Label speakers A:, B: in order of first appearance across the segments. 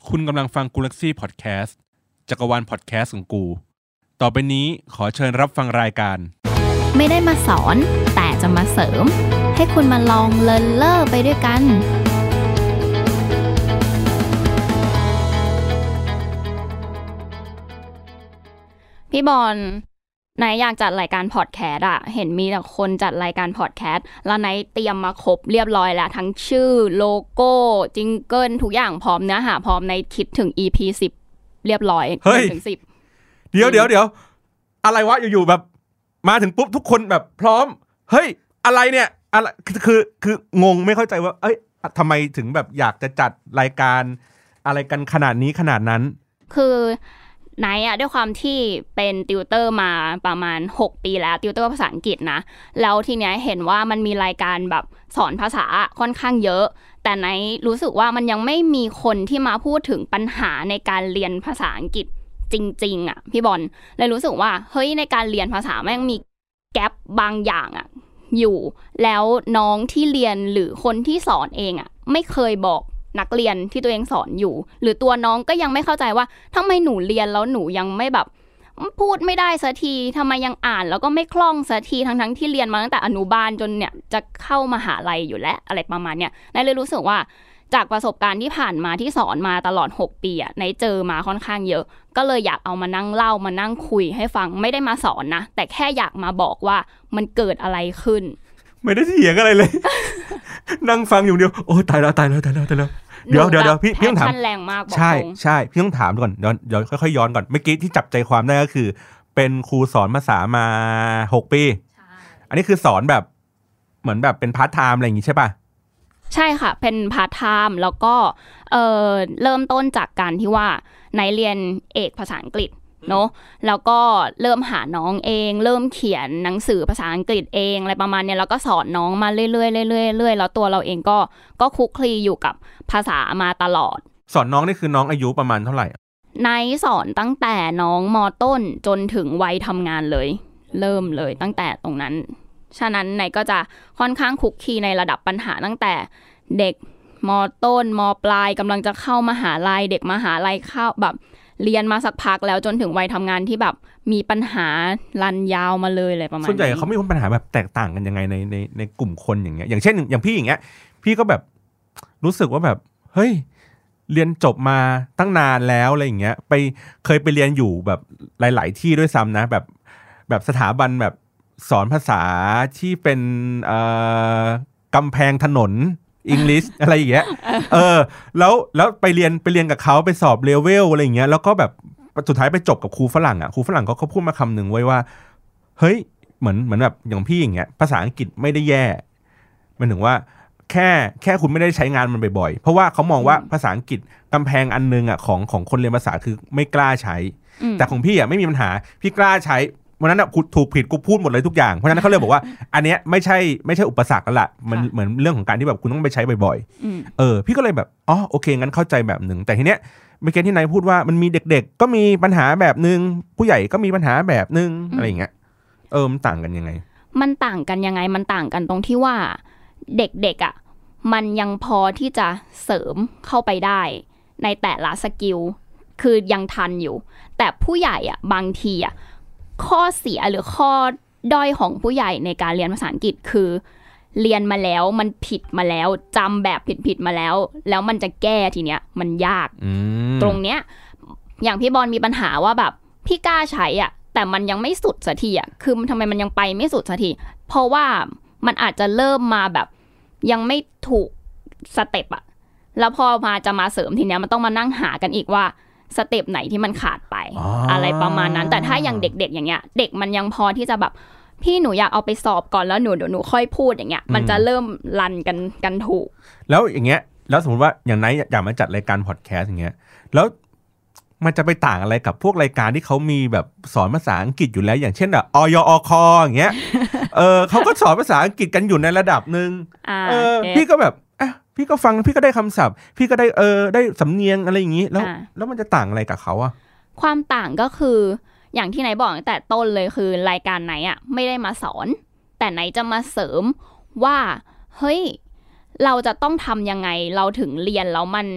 A: คุณกำลังฟังกูลักซี่พอดแคสต์จักรวาลพอดแคสต์ของกูต่อไปนี้ขอเชิญรับฟังรายการ
B: ไม่ได้มาสอนแต่จะมาเสริมให้คุณมาลองเลิร์นเล่อไปด้วยกันพี่บอลไหนอยากจัดรายการพอดแคสต์อ่ะเห็นมีแต่คนจัดรายการพอดแคสต์แล้วไหนเตรียมมาครบเรียบร้อยแล้วทั้งชื่อโลโก้จิงเกิลทุกอย่างพร้อมเนื้อหาพร้อมในคิดถึง EP 10เรียบร้อยถึง10เดี๋
A: ยวอะไรวะอยู่ๆแบบมาถึงปุ๊บทุกคนแบบพร้อมเฮ้ยอะไรเนี่ยอะไรคืองงไม่เข้าใจว่าเอ้ยทำไมถึงแบบอยากจะจัดรายการอะไรกันขนาดนี้ขนาดนั้น
B: คือไหนอะด้วยความที่เป็นติวเตอร์มาประมาณ6ปีแล้วติวเตอร์ภาษาอังกฤษนะแล้วทีเนี้ยเห็นว่ามันมีรายการแบบสอนภาษาค่อนข้างเยอะแต่ไหนรู้สึกว่ามันยังไม่มีคนที่มาพูดถึงปัญหาในการเรียนภาษาอังกฤษจริงๆอ่ะพี่บอลเลยรู้สึกว่าเฮ้ยในการเรียนภาษาแม่งมีแกปบางอย่างอ่ะอยู่แล้วน้องที่เรียนหรือคนที่สอนเองอ่ะไม่เคยบอกนักเรียนที่ตัวเองสอนอยู่หรือตัวน้องก็ยังไม่เข้าใจว่าทำไมหนูเรียนแล้วหนูยังไม่แบบพูดไม่ได้สักทีทำไมยังอ่านแล้วก็ไม่คล่องสักทีทั้งที่เรียนมาตั้งแต่อนุบาลจนเนี่ยจะเข้ามหาลัยอยู่แล้วอะไรประมาณเนี้ยนายเลยรู้สึกว่าจากประสบการณ์ที่ผ่านมาที่สอนมาตลอด6ปีอ่ะนายเจอมาค่อนข้างเยอะก็เลยอยากเอามานั่งเล่ามานั่งคุยให้ฟังไม่ได้มาสอนนะแต่แค่อยากมาบอกว่ามันเกิดอะไรขึ้น
A: ไม่ได้เถียงอะไรเลย นั่งฟังอยู่เดียวโอ้ตายแล้วเดี๋ยวพี่ต้องถาม
B: แรงมากบอก
A: ใช่พี่ต้องถามก่อนเดี๋ยวค่อยๆย้อนก่อนเมื่อกี้ที่จับใจความได้ก็คือเป็นครูสอนภาษามา6ปีอันนี้คือสอนแบบเหมือนแบบเป็นพาร์ทไทม์อะไรอย่างงี้ใช่ป่ะ
B: ใช่ค่ะเป็นพาร์ทไทม์แล้วก็เริ่มต้นจากการที่ว่าในเรียนเอกภาษาอังกฤษเนาะแล้วก็เริ่มหาน้องเองเริ่มเขียนหนังสือภาษาอังกฤษเองอะไรประมาณเนี้ยแล้วก็สอนน้องมาเรื่อยๆแล้วตัวเราเองก็คลุกคลีอยู่กับภาษามาตลอด
A: สอนน้องนี่คือน้องอายุประมาณเท่าไหร่
B: ไนสอนตั้งแต่น้องม.ต้นจนถึงวัยทำงานเลยเริ่มเลยตั้งแต่ตรงนั้นฉะนั้นไนก็จะค่อนข้างคลุกคลีในระดับปัญหาตั้งแต่เด็กม.ต้นม.ปลายกำลังจะเข้ามหาลัยเด็กมหาลัยเข้าแบบเรียนมาสักพักแล้วจนถึงวัยทำงานที่แบบมีปัญหารันยาวมาเลยอะไรประมาณนี้
A: ส่วนใหญ่เขามีปัญหาแบบแตกต่างกันยังไงในกลุ่มคนอย่างเงี้ยอย่างเช่นอย่างพี่อย่างเงี้ยพี่ก็แบบรู้สึกว่าแบบเฮ้ยเรียนจบมาตั้งนานแล้วอะไรอย่างเงี้ยเคยไปเรียนอยู่แบบหลายๆที่ด้วยซ้ำนะแบบสถาบันแบบสอนภาษาที่เป็นกำแพงถนนอังกฤษอะไรอย่างเงี้ยแล้วไปเรียนกับเขาไปสอบเลเวลอะไรอย่างเงี้ยแล้วก็แบบสุดท้ายไปจบกับครูฝรั่งอ่ะครูฝรั่งเขาพูดมาคำหนึ่งไว้ว่าเฮ้ยเหมือนแบบอย่างพี่อย่างเงี้ยภาษาอังกฤษไม่ได้แย่มันถึงว่าแค่คุณไม่ได้ใช้งานมันบ่อยๆเพราะว่าเขามองว่าภาษาอังกฤษกำแพงอันนึงอ่ะของคนเรียนภาษาคือไม่กล้าใช้แต่ของพี่อ่ะไม่มีปัญหาพี่กล้าใช้วันนั้นกูถูกผิดกูพูดหมดเลยทุกอย่างเพราะฉะนั้นเขาเลยบอกว่าอันเนี้ยไม่ใช่อุปสรรคแล้วล่ะมันเหมือนเรื่องของการที่แบบคุณต้องไปใช้บ่อยๆพี่ก็เลยแบบอ๋อโอเคงั้นเข้าใจแบบนึงแต่ทีเนี้ยเมื่อกี้ที่นายพูดว่ามันมีเด็กๆก็มีปัญหาแบบนึงผู้ใหญ่ก็มีปัญหาแบบนึงอะไรอย่างเงี้ยมันต่างกันยังไง
B: มันต่างกันยังไงมันต่างกันตรงที่ว่าเด็กๆอ่ะมันยังพอที่จะเสริมเข้าไปได้ในแต่ละสกิลคือยังทันอยู่แต่ผู้ใหญ่อ่ะบางทีอ่ะข้อเสียหรือข้อด้อยของผู้ใหญ่ในการเรียนภาษาอังกฤษคือเรียนมาแล้วมันผิดมาแล้วจำแบบผิดมาแล้วมันจะแก้ทีเนี้ยมันยากตรงเนี้ยอย่างพี่บอลมีปัญหาว่าแบบพี่กล้าใช้อ่ะแต่มันยังไม่สุดสักทีอ่ะคือทำไมมันยังไปไม่สุดสักทีเพราะว่ามันอาจจะเริ่มมาแบบยังไม่ถูกสเต็ปอ่ะแล้วพอจะมาเสริมทีเนี้ยมันต้องมานั่งหากันอีกว่าสเต็ปไหนที่มันขาดไปอะไรประมาณนั้นแต่ถ้าอย่างเด็กๆอย่างเงี้ยเด็กมันยังพอที่จะแบบพี่หนูอยากเอาไปสอบก่อนแล้วเดี๋ยวหนูค่อยพูดอย่างเงี้ยมันจะเริ่มรันกันถูก
A: แล้วอย่างเงี้ยแล้วสมมติว่าอย่างไหนอยากมาจัดรายการพอดแคสต์อย่างเงี้ยแล้วมันจะไปต่างอะไรกับพวกรายการที่เขามีแบบสอนภาษาอังกฤษอยู่แล้วอย่างเช่นแบบอยอคอย่างเงี้ยเขาก็สอนภาษาอังกฤษกันอยู่ในระดับนึงพี่ก็แบบพี่ก็ฟังพี่ก็ได้คำศัพท์พี่ก็ได้ได้สำเนียงอะไรอย่างงี้แล้วมันจะต่างอะไรกับเขาอะ
B: ความต่างก็คืออย่างที่ไหนบอกตั้งแต่ต้นเลยคือรายการไหนอะไม่ได้มาสอนแต่ไหนจะมาเสริมว่าเฮ้ยเราจะต้องทำยังไงเราถึงเรียนแล้วมัน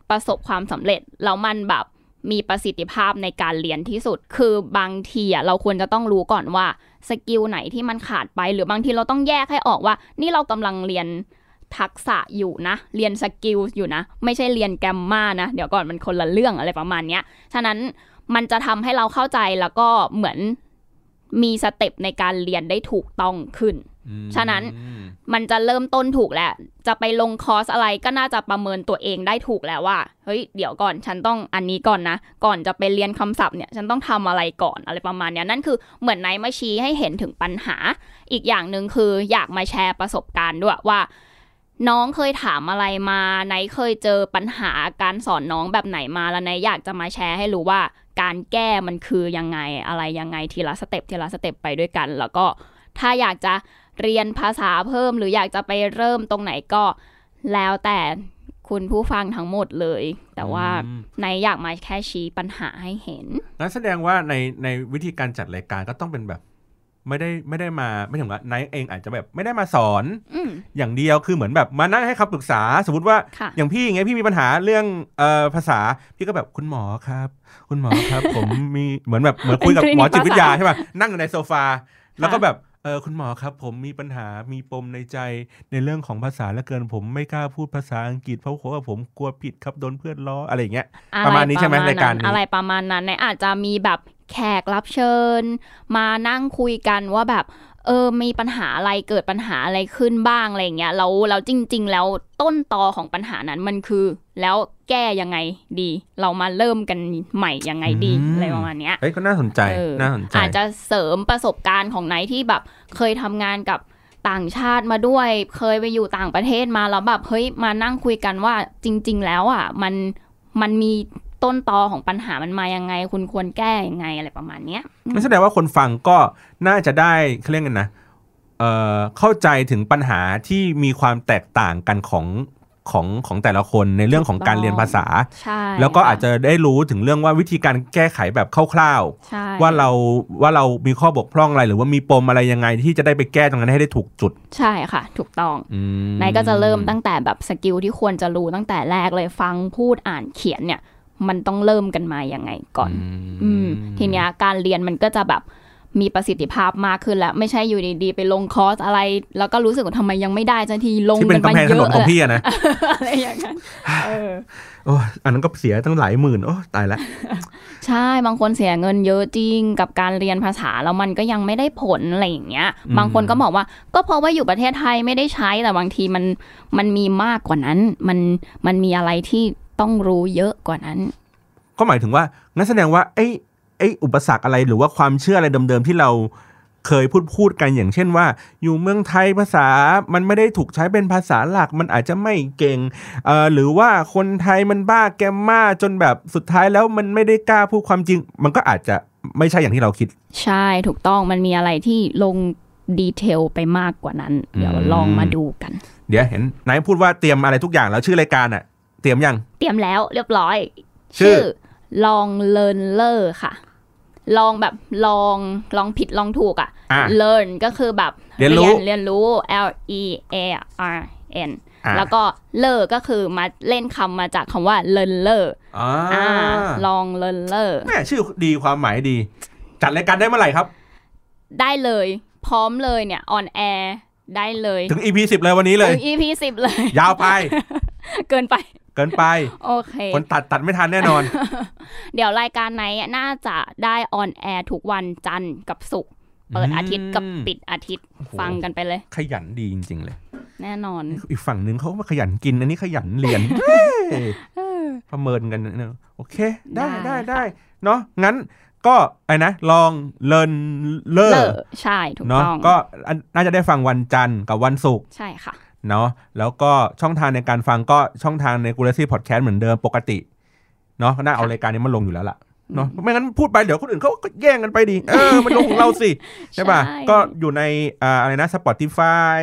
B: ประสบความสำเร็จแล้วมันแบบมีประสิทธิภาพในการเรียนที่สุดคือบางทีเราควรจะต้องรู้ก่อนว่าสกิลไหนที่มันขาดไปหรือบางทีเราต้องแยกให้ออกว่านี่เรากำลังเรียนทักษะอยู่นะเรียนสกิลอยู่นะไม่ใช่เรียนแกรมมานะเดี๋ยวก่อนมันคนละเรื่องอะไรประมาณเนี้ยฉะนั้นมันจะทำให้เราเข้าใจแล้วก็เหมือนมีสเต็ปในการเรียนได้ถูกต้องขึ้นฉะนั้นมันจะเริ่มต้นถูกแล้วจะไปลงคอร์สอะไรก็น่าจะประเมินตัวเองได้ถูกแล้วว่าเฮ้ยเดี๋ยวก่อนฉันต้องอันนี้ก่อนนะก่อนจะไปเรียนคำศัพท์เนี่ยฉันต้องทำอะไรก่อนอะไรประมาณเนี้ยนั่นคือเหมือนไนท์มาชี้ให้เห็นถึงปัญหาอีกอย่างนึงคืออยากมาแชร์ประสบการณ์ด้วยว่าน้องเคยถามอะไรมาไนท์เคยเจอปัญหาการสอนน้องแบบไหนมาแล้วไนท์อยากจะมาแชร์ให้รู้ว่าการแก้มันคือยังไงอะไรยังไงทีละสเต็ปทีละสเต็ปไปด้วยกันแล้วก็ถ้าอยากจะเรียนภาษาเพิ่มหรืออยากจะไปเริ่มตรงไหนก็แล้วแต่คุณผู้ฟังทั้งหมดเลยแต่ว่าในอยากมาแค่ชี้ปัญหาให้เห็น
A: งั้นแสดงว่าในวิธีการจัดรายการก็ต้องเป็นแบบไม่ได้มาไม่ถึงว่าไนท์เองอาจจะแบบไม่ได้มาสอนอย่างเดียวคือเหมือนแบบมานั่งให้คำปรึกษาสมมติว่าอย่างพี่อย่างเงี้ยพี่มีปัญหาเรื่องภาษาพี่ก็แบบคุณหมอครับคุณหมอครับ ผมมีเหมือนคุยกับหมอจิตวิทยาใช่ป่ะนั่งอยู่ในโซฟาแล้วก็แบบคุณหมอครับผมมีปัญหามีปมในใจในเรื่องของภาษาแล้วเกินผมไม่กล้าพูดภาษาอังกฤษเพราะว่าผมกลัวผิดครับโดนเพื่อนล้ออะไรอย่างเงี้ยประมาณนี้ใช่ไหมรายการนี้
B: อะไรประมาณนั้นอาจจะมีแบบแขกรับเชิญมานั่งคุยกันว่าแบบมีปัญหาอะไรเกิดปัญหาอะไรขึ้นบ้างอะไรอย่างเงี้ยเราจริงๆแล้วต้นตอของปัญหานั้นมันคือแล้วแก้ยังไงดีเรามาเริ่มกันใหม่ยังไงดีอะไรประมาณเนี้ย
A: ก็น่าสนใจน่าสนใจ
B: อาจจะเสริมประสบการณ์ของไนท์ที่แบบเคยทำงานกับต่างชาติมาด้วยเคยไปอยู่ต่างประเทศมาแล้วแบบเฮ้ยมานั่งคุยกันว่าจริงๆแล้วอ่ะมันมีต้นตอของปัญหามันมายังไงคุณควรแก้ยังไงอะไรประมาณเนี้ย
A: นั่นแสดงว่าคนฟังก็น่าจะได้เขาเรียกกันนะเข้าใจถึงปัญหาที่มีความแตกต่างกันของแต่ละคนในเรื่องของการเรียนภาษาแล้วก็อาจจะได้รู้ถึงเรื่องว่าวิธีการแก้ไขแบบคร่าวๆว่าเรามีข้อบกพร่องอะไรหรือว่ามีปมอะไรยังไงที่จะได้ไปแก้ตรงนั้นให้ได้ถูกจุด
B: ใช่ค่ะถูกต้องนายก็จะเริ่มตั้งแต่แบบสกิลที่ควรจะรู้ตั้งแต่แรกเลยฟังพูดอ่านเขียนเนี่ยมันต้องเริ่มกันมายังไงก่อนทีเนี้ยการเรียนมันก็จะแบบมีประสิทธิภาพมากขึ้นแล้วไม่ใช่อยู่ดีๆไปลงคอร์สอะไรแล้วก็รู้สึกว่าทำไมยังไม่ได้สักทีลงกันมาเยอะ
A: ของพี่นะ
B: อะไรอย่างนั้น
A: โอ้อันนั้นก็เสียตั้งหลายหมื่นโอ้ตายแล้ว
B: ใช่บางคนเสียเงินเยอะจริงกับการเรียนภาษาแล้วมันก็ยังไม่ได้ผลอะไรอย่างเงี้ยบางคนก็บอกว่าก็เพราะว่าอยู่ประเทศไทยไม่ได้ใช้แต่บางทีมันมีมากกว่านั้นมันมีอะไรที่ต้องรู้เยอะกว่านั้น
A: ก็หมายถึงว่างั้นแสดงว่าไอ้อุปสรรคอะไรหรือว่าความเชื่ออะไรเดิมๆที่เราเคยพูดกันอย่างเช่นว่าอยู่เมืองไทยภาษามันไม่ได้ถูกใช้เป็นภาษาหลักมันอาจจะไม่เก่งหรือว่าคนไทยมันบ้าแกมมาจนแบบสุดท้ายแล้วมันไม่ได้กล้าพูดความจริงมันก็อาจจะไม่ใช่อย่างที่เราคิด
B: ใช่ถูกต้องมันมีอะไรที่ลงดีเทลไปมากกว่านั้นเดี๋ยวลองมาดูกัน
A: เดี๋ยวเห็นนายพูดว่าเตรียมอะไรทุกอย่างแล้วชื่อรายการอ่ะเตรียมยัง
B: เตรียมแล้วเรียบร้อยชื่อลองเลิร์นเลอร์ค่ะลองแบบลองผิดลองถูกอ่ะ learn ก็คือแบบเรียนรู้ L E A R N แล้วก็เลอก็คือมาเล่นคำมาจากคำว่า learner ลอง learner
A: แม่ชื่อดีความหมายดีจัดรายการได้เมื่อไหร่ครับ
B: ได้เลยพร้อมเลยเนี่ย on air ได้เลย
A: ถึง EP 10เลยวันนี้เลย
B: ถึง EP 10เลย
A: ยาวไป
B: เกินไปโอเค
A: คนตัดไม่ทันแน่นอน
B: เดี๋ยวรายการไหนน่าจะได้ออนแอร์ทุกวันจันทร์กับศุกร์เปิดอาทิตย์กับปิดอาทิตย์ฟังกันไปเลย
A: ขยันดีจริงๆเลย
B: แน่นอน
A: อีกฝั่งนึงเขามาขยันกินอันนี้ขยันเรียนประเมินกันนะโอเคได้เนาะงั้นก็ไอ้นะลองเลิร์นเลอร์
B: ใช่ถูกต้อง
A: ก็น่าจะได้ฟังวันจันทร์กับวันศุกร์
B: ใช่ค่ะ
A: เนาะแล้วก็ช่องทางในการฟังก็ช่องทางใน Galaxy Podcast เหมือนเดิมปกติเนาะน่าเอารายการนี้มาลงอยู่แล้วล่ะเนาะไม่งั้นพูดไปเดี๋ยวคนอื่นเขาก็แย่งกันไปดิมันลงของเราสิใช่ป่ะก็อยู่ในอะไรนะ Spotify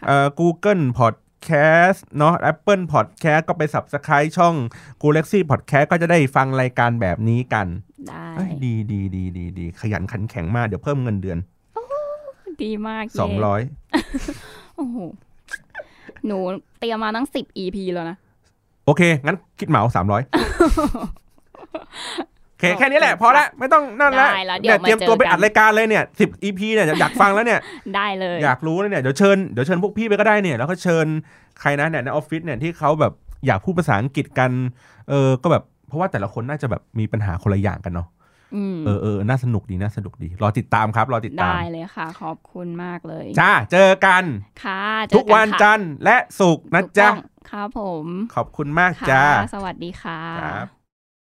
A: Google Podcast เนาะ Apple Podcast ก็ไป Subscribe ช่อง Galaxy Podcast ก็จะได้ฟังรายการแบบนี้กัน
B: ได้
A: ดีขยันขันแข็งมากเดี๋ยวเพิ่มเงินเดือน
B: ดีมาก
A: 200
B: โอ้โหหนูเตรียมมาตั้ง10 EP แล้วนะ
A: โอเคงั้นคิดเหมา300โอเคแค่นี้แหละพอละไม่ต้องนั่นละเนี่ยเตรียมตัวไปอัดรายการเลยเนี่ย10 EP เนี่ยอยากฟังแล้วเนี่ย
B: ได้เลย
A: อยากรู้แล้วเนี่ยเดี๋ยวเชิญพวกพี่ไปก็ได้เนี่ยแล้วก็เชิญใครนะเนี่ยในออฟฟิศเนี่ยที่เขาแบบอยากพูดภาษาอังกฤษกันก็แบบเพราะว่าแต่ละคนน่าจะแบบมีปัญหาคนละอย่างกันเนาะน่าสนุกดีรอติดตามครับรอติดตาม
B: ได้เลยค่ะขอบคุณมากเลย
A: จ้าเจอกัน
B: ค่ะ
A: ทุกวันจันทร์และศุกร์นะจ๊ะ
B: ครับผม
A: ขอบคุณมากจ้า
B: สวัสดีค่ะ